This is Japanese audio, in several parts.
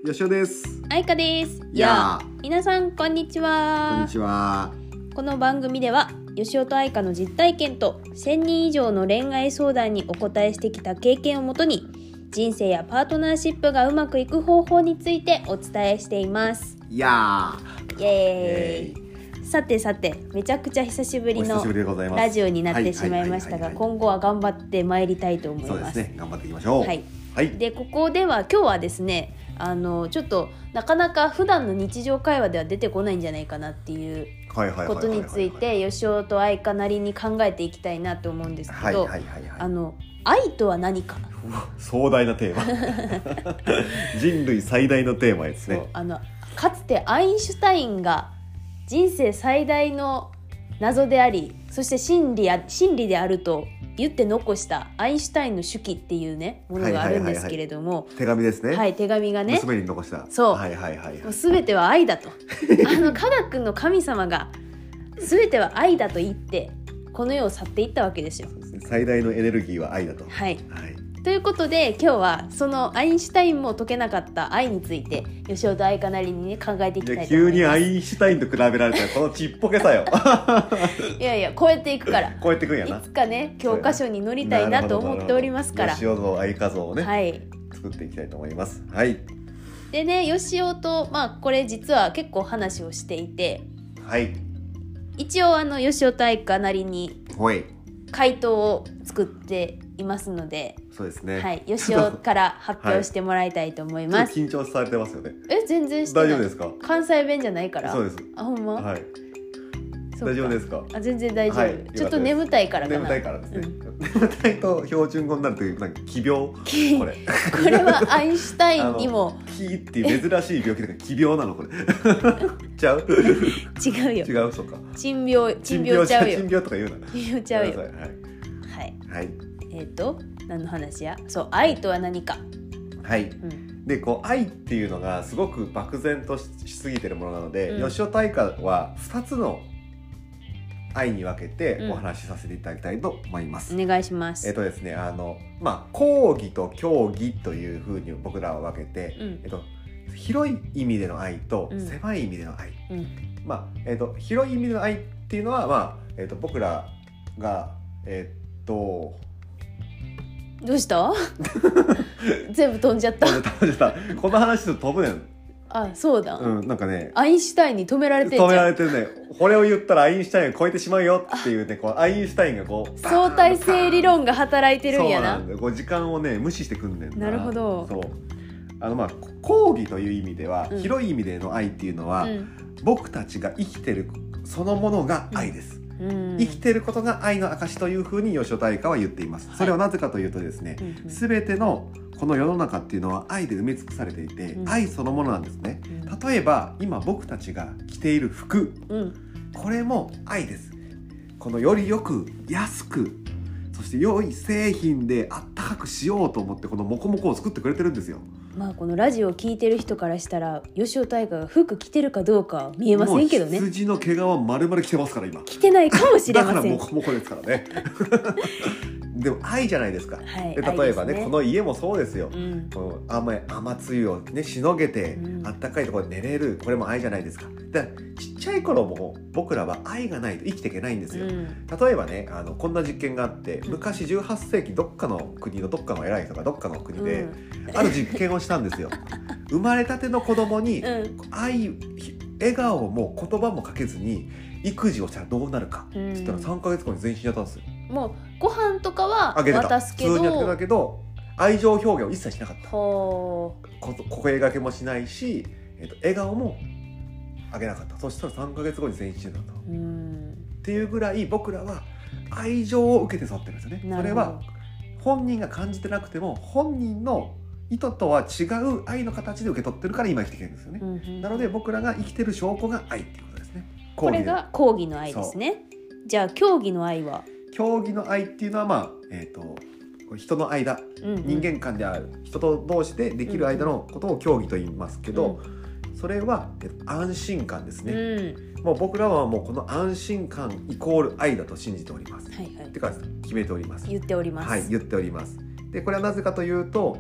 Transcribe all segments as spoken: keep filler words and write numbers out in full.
よしおです。 あいかです。 やー皆さんこんにちは。 こんにちは。 この番組ではよしおとあいかの実体験とせんにん以上の恋愛相談にお答えしてきた経験をもとに、人生やパートナーシップがうまくいく方法についてお伝えしています。 やーイエーイ。さてさて、めちゃくちゃ久しぶりのラジオになってしまいましたが、今後は頑張ってまいりたいと思います。 そうですね、頑張っていきましょう。 はい、はい、でここでは今日はですね、あのちょっとなかなか普段の日常会話では出てこないんじゃないかなっていうことについてよしおとあいかなりに考えていきたいなと思うんですけど、あの愛とは何か。 壮大なテーマ人類最大のテーマですね。 あのかつてアインシュタインが人生最大の謎であり、そして真理や真理であると言って残したアインシュタインの手記っていうねものがあるんですけれども、はいはいはいはい、 手紙ですね。 はい、手紙がね、 娘に残した。 そう、 はいはいはいはい、 もう全ては愛だとあの科学の神様が全ては愛だと言ってこの世を去っていったわけですよ。 そうですね、最大のエネルギーは愛だと。 はい、はい、ということで今日はそのアインシュタインも解けなかった愛についてよしおとあいかなりに、ね、考えていきたいと思います。 急にアインシュタインと比べられたらこのちっぽけさよいやいや超えていくから超えていくんやな。 いつかね教科書に載りたいなと思っておりますから、 よしおの愛画像をね、 はい、 作っていきたいと思います。はい。 でね、よしおと、まあ、これ実は結構話をしていて、 はい、 一応あのよしおとあいかなりに回答を作っていますので、 そうですね、 はい、よしおから発表してもらいたいと思います。 はい、緊張されてますよね。 え、全然してない。 大丈夫ですか？ 関西弁じゃないから。 そうです。 あ、ほんま？ はい。大丈夫ですか？ あ、全然大丈夫、はい、ちょっと眠たいからかな。 眠たいからですね、うん、眠たいと標準語になるというなんか奇病これこれはアインシュタインにもキーっていう珍しい病気だから奇病なのこれちゃう？ 違うよ。 違う、そうか。 珍病、珍病ちゃうよ。 珍病とか言うな。 珍病ちゃうよ。はい、 はいはい、えっ、ー、と何の話や？そう、愛とは何か。 はい、うん、でこう愛っていうのがすごく漠然と し, しすぎてるものなので、うん、吉尾大花はふたつの愛に分けてお話しさせていただきたいと思います、 うん、お願いします。 えっとですね、あのまあ講義と教義というふうに僕らは分けて、うん、えっと、広い意味での愛と狭い意味での愛、うん、まあえっと、広い意味での愛っていうのは、まあえっと、僕らがえっとどうした全部飛んじゃった飛んじゃったこの話と飛ぶねん。 あ、そうだ、 うん、なんかねアインシュタインに止められてるじゃん。 止められてるね。これを言ったらアインシュタインを超えてしまうよっていうね、こうアインシュタインがこう相対性理論が働いてるんやな。 そうなんだよ。こう時間をね無視してくんねんな。 なるほど。 そう、あのまあ講義という意味では、うん、広い意味での愛っていうのは、うん、僕たちが生きてるそのものが愛です、うん、生きてることが愛の証というふうに吉尾大花は言っています、はい、それはなぜかというとですね、すべ、うん、てのこの世の中っていうのは愛で埋め尽くされていて、うん、愛そのものなんですね、うん、例えば今僕たちが着ている服、うん、これも愛です。このよりよく安くそして良い製品であったかくしようと思ってこのモコモコを作ってくれてるんですよ。 まあこのラジオを聞いてる人からしたら吉尾大花が服着てるかどうか見えませんけどね。 もう羊の毛皮丸々着てますから今。 着てないかもしれません。 だからモコモコですからねでも愛じゃないですか、はい、で例えば ね, ねこの家もそうですよ、うん、この 雨, 雨露を、ね、しのげて、うん、あったかいところで寝れる、これも愛じゃないですか。でちっちゃい頃も僕らは愛がないと生きていけないんですよ、うん、例えばね、あのこんな実験があって昔じゅうはっせいきどっかの国のどっかの偉い人がどっかの国で、うん、ある実験をしたんですよ生まれたての子供に、うん、愛笑顔も言葉もかけずに育児をしたらどうなるかって言ったらさんかげつごに全身やったんですよ。 もうご飯とかは渡すけど普通にやってたけど愛情表現を一切しなかった。ほ声掛けもしないし、えっと、笑顔もあげなかった。そしたらさんかげつごに全身死んだと。うんっていうぐらい僕らは愛情を受けて育ってるんですよね。それは本人が感じてなくても本人の意図とは違う愛の形で受け取ってるから今生きてきてるんですよね、うんうん、なので僕らが生きてる証拠が愛っていうことですね。 これが講義の愛ですね。じゃあ教義の愛は？ 教義の愛っていうのは、まあえー、と人の間、うんうん、人間間である人と同士でできる間のことを教義と言いますけど、うん、それは安心感ですね、うん、もう僕らはもうこの安心感イコール愛だと信じております、はいはい、てか決めております。 言っております。 はい、言っております。でこれはなぜかというと、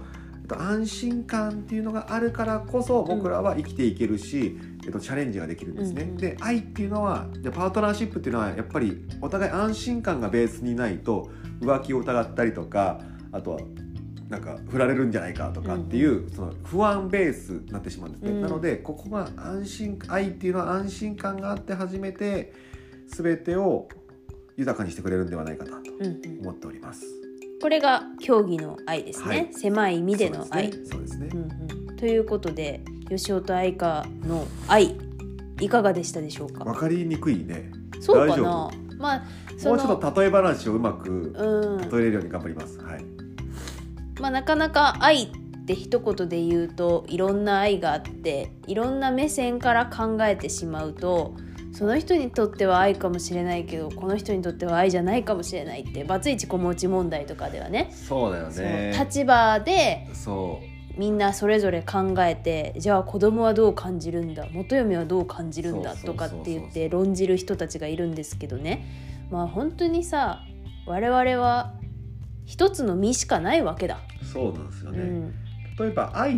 えっと、安心感っていうのがあるからこそ僕らは生きていけるし、うん、えっと、チャレンジができるんですね、うんうん、で愛っていうのはパートナーシップっていうのはやっぱりお互い安心感がベースにないと浮気を疑ったりとか、あとはなんか振られるんじゃないかとかっていう、うん、その不安ベースになってしまうんですね、うん、なのでここが安心愛っていうのは安心感があって初めて全てを豊かにしてくれるんではないかなと思っております、 うんうん、これが教義の愛ですね、はい、狭い意味での愛。 そうですね、 うんうん、ということでよしおと愛花の愛いかがでしたでしょうか。 分かりにくいね。 そうかな、まあ、そのもうちょっと例え話をうまく例えれるように頑張ります、うん、はい。 まあ、なかなか愛って一言で言うといろんな愛があっていろんな目線から考えてしまうとその人にとっては愛かもしれないけどこの人にとっては愛じゃないかもしれないってバツイチ子持ち問題とかではね、 そうだよね、 立場でそうみんなそれぞれ考えてじゃあ子供はどう感じるんだ元嫁はどう感じるんだとかって言って論じる人たちがいるんですけどね、まあ本当にさ我々は一つの身しかないわけだ。 そうなんですよね、うん、例えば愛って、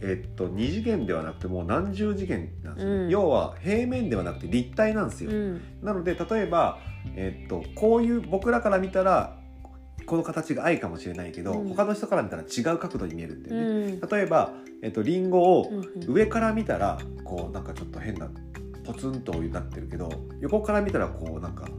えっと、二次元ではなくてもう何十次元なんですよね、うん、要は平面ではなくて立体なんですよ、うん、なので例えば、えっと、こういう僕らから見たらこの形が愛かもしれないけど、うん、他の人から見たら違う角度に見えるんだよね、うん、例えば、えっと、リンゴを上から見たらこうなんかちょっと変なポツンとなってるけど横から見たらこうなんか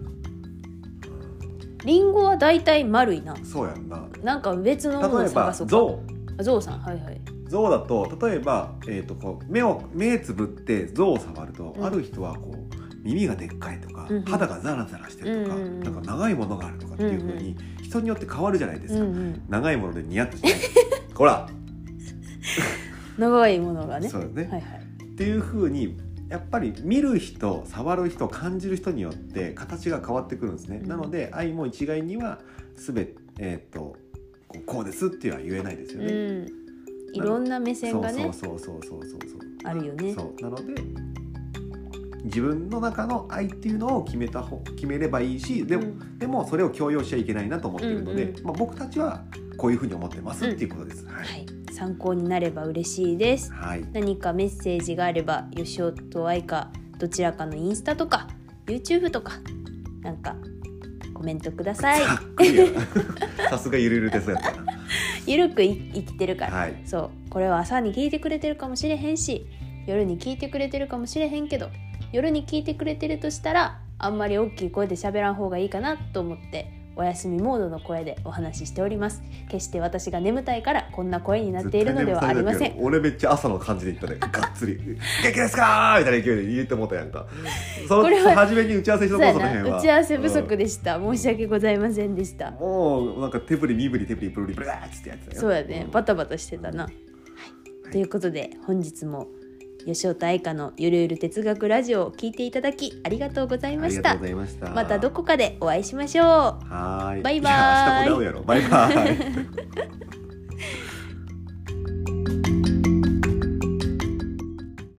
リンゴはだいたい丸いな。 そうやんな。 なんか別のものを探そうか。 例えば象。 あ、象さん、はいはい。 象だと例えば、えー、とこう目を目つぶって象を触ると、うん、ある人はこう耳がでっかいとか、うんうん、肌がザラザラしてるとか、うんうん、なんか長いものがあるとかっていう風に、うんうん、人によって変わるじゃないですか。うんうん、長いもので似合ってしまう。ほら。 長いものがね。 そうですね。 はいはい。 っていう風に。やっぱり見る人触る人感じる人によって形が変わってくるんですね、うん、なので愛も一概には全て、えー、とこう、こうですっては言えないですよね、うん、 いろんな目線がねそうそうそうそうそうそうあるよね。 そうなので自分の中の愛っていうのを決めた方決めればいいしでも、うん、でもそれを強要しちゃいけないなと思っているので、うんうんまあ、僕たちはこういうふうに思ってますっていうことです、 うんはいはい参考になれば嬉しいです、はい、何かメッセージがあればよしおと愛花どちらかのインスタとか YouTube とかなんかコメントください。 さすがゆるゆるですやったな。 ゆるくい生きてるから、 はい、 そうこれは朝に聞いてくれてるかもしれへんし夜に聞いてくれてるかもしれへんけど夜に聞いてくれてるとしたらあんまり大きい声で喋らん方がいいかなと思ってお休みモードの声でお話ししております。決して私が眠たいからこんな声になっているのではありません。 俺めっちゃ朝の感じで言ったね。がっつり元気ですかーみたいな勢いで言ってもったやんか。その初めに打ち合わせしたことその辺は打ち合わせ不足でした、うん、申し訳ございませんでした。 もうなんか手振り身振り手振りプルリプルーッってやつだよ。 そうやね、バタバタしてたな、うんはい、ということで本日もよしおと愛花のゆるゆる哲学ラジオを聞いていただきありがとうございました。 ありがとうございました。 またどこかでお会いしましょう。 はい。 バイバイ。 いや明日も会うやろ。バイバイ。